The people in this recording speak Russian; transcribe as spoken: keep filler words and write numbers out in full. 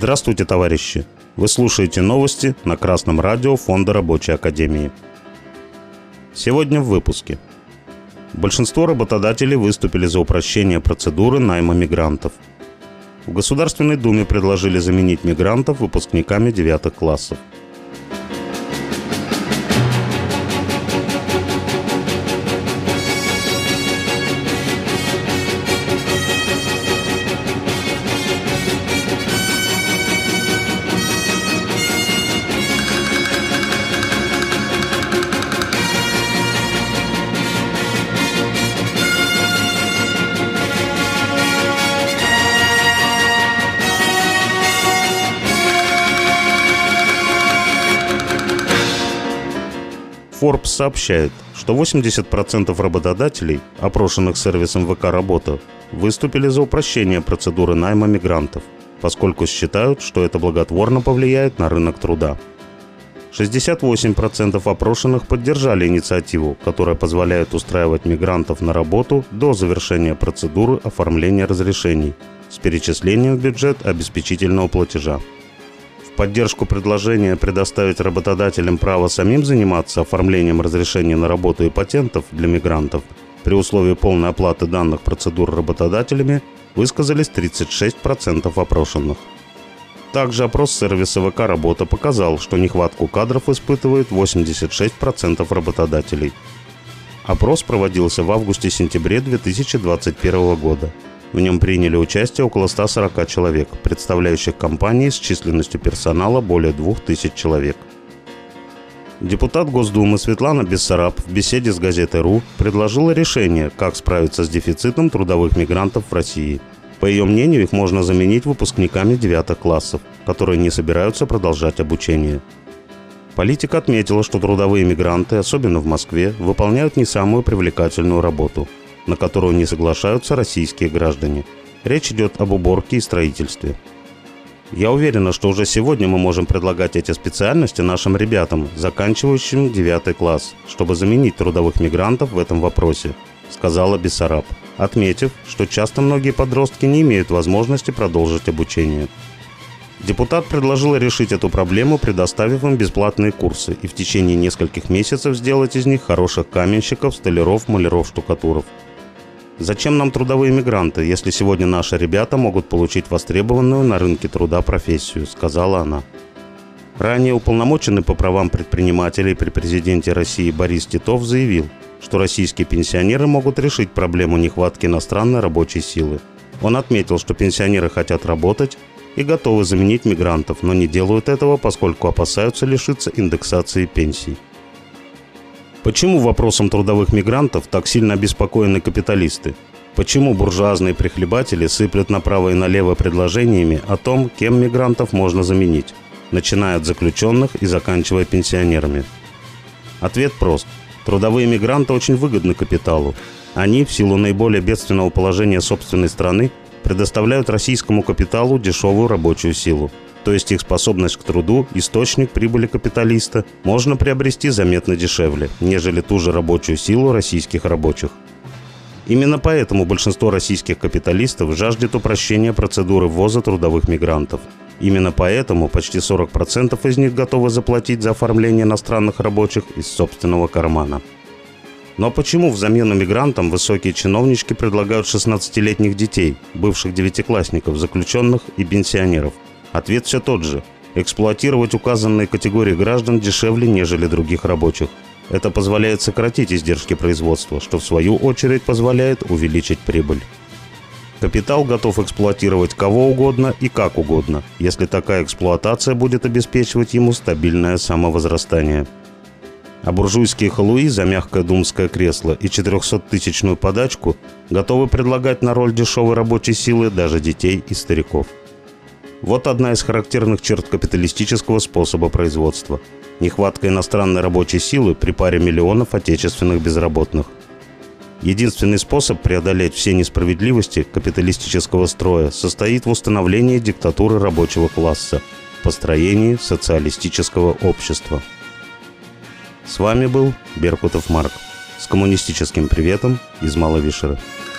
Здравствуйте, товарищи! Вы слушаете новости на Красном радио Фонда Рабочей Академии. Сегодня в выпуске. Большинство работодателей выступили за упрощение процедуры найма мигрантов. В Государственной Думе предложили заменить мигрантов выпускниками девятых классов. Forbes сообщает, что восемьдесят процентов работодателей, опрошенных сервисом вэ ка Работа, выступили за упрощение процедуры найма мигрантов, поскольку считают, что это благотворно повлияет на рынок труда. шестьдесят восемь процентов опрошенных поддержали инициативу, которая позволяет устраивать мигрантов на работу до завершения процедуры оформления разрешений с перечислением в бюджет обеспечительного платежа. В поддержку предложения предоставить работодателям право самим заниматься оформлением разрешений на работу и патентов для мигрантов при условии полной оплаты данных процедур работодателями высказались тридцать шесть процентов опрошенных. Также опрос сервиса вэ ка Работа показал, что нехватку кадров испытывает восемьдесят шесть процентов работодателей. Опрос проводился в августе-сентябре две тысячи двадцать первого года. В нем приняли участие около ста сорока человек, представляющих компании с численностью персонала более двух тысяч человек. Депутат Госдумы Светлана Бессараб в беседе с газетой РУ предложила решение, как справиться с дефицитом трудовых мигрантов в России. По ее мнению, их можно заменить выпускниками девятых классов, которые не собираются продолжать обучение. Политик отметила, что трудовые мигранты, особенно в Москве, выполняют не самую привлекательную работу, на которую не соглашаются российские граждане. Речь идет об уборке и строительстве. Я уверена, что уже сегодня мы можем предлагать эти специальности нашим ребятам, заканчивающим девятый класс, чтобы заменить трудовых мигрантов в этом вопросе, сказала Бессараб, отметив, что часто многие подростки не имеют возможности продолжить обучение. Депутат предложила решить эту проблему, предоставив им бесплатные курсы и в течение нескольких месяцев сделать из них хороших каменщиков, столяров, маляров, штукатуров. Зачем нам трудовые мигранты, если сегодня наши ребята могут получить востребованную на рынке труда профессию, сказала она. Ранее уполномоченный по правам предпринимателей при президенте России Борис Титов заявил, что российские пенсионеры могут решить проблему нехватки иностранной рабочей силы. Он отметил, что пенсионеры хотят работать и готовы заменить мигрантов, но не делают этого, поскольку опасаются лишиться индексации пенсий. Почему вопросом трудовых мигрантов так сильно обеспокоены капиталисты? Почему буржуазные прихлебатели сыплют направо и налево предложениями о том, кем мигрантов можно заменить, начиная от заключенных и заканчивая пенсионерами? Ответ прост. Трудовые мигранты очень выгодны капиталу. Они, в силу наиболее бедственного положения собственной страны, предоставляют российскому капиталу дешевую рабочую силу. То есть их способность к труду, источник прибыли капиталиста, можно приобрести заметно дешевле, нежели ту же рабочую силу российских рабочих. Именно поэтому большинство российских капиталистов жаждет упрощения процедуры ввоза трудовых мигрантов. Именно поэтому почти сорок процентов из них готовы заплатить за оформление иностранных рабочих из собственного кармана. Но почему взамен мигрантам высокие чиновнички предлагают шестнадцатилетних детей, бывших девятиклассников, заключенных и пенсионеров? Ответ все тот же. Эксплуатировать указанные категории граждан дешевле, нежели других рабочих. Это позволяет сократить издержки производства, что в свою очередь позволяет увеличить прибыль. Капитал готов эксплуатировать кого угодно и как угодно, если такая эксплуатация будет обеспечивать ему стабильное самовозрастание. А буржуйские халуи за мягкое думское кресло и четырехсоттысячную подачку готовы предлагать на роль дешевой рабочей силы даже детей и стариков. Вот одна из характерных черт капиталистического способа производства. Нехватка иностранной рабочей силы при паре миллионов отечественных безработных. Единственный способ преодолеть все несправедливости капиталистического строя состоит в установлении диктатуры рабочего класса, построении социалистического общества. С вами был Беркутов Марк с коммунистическим приветом из Маловишера.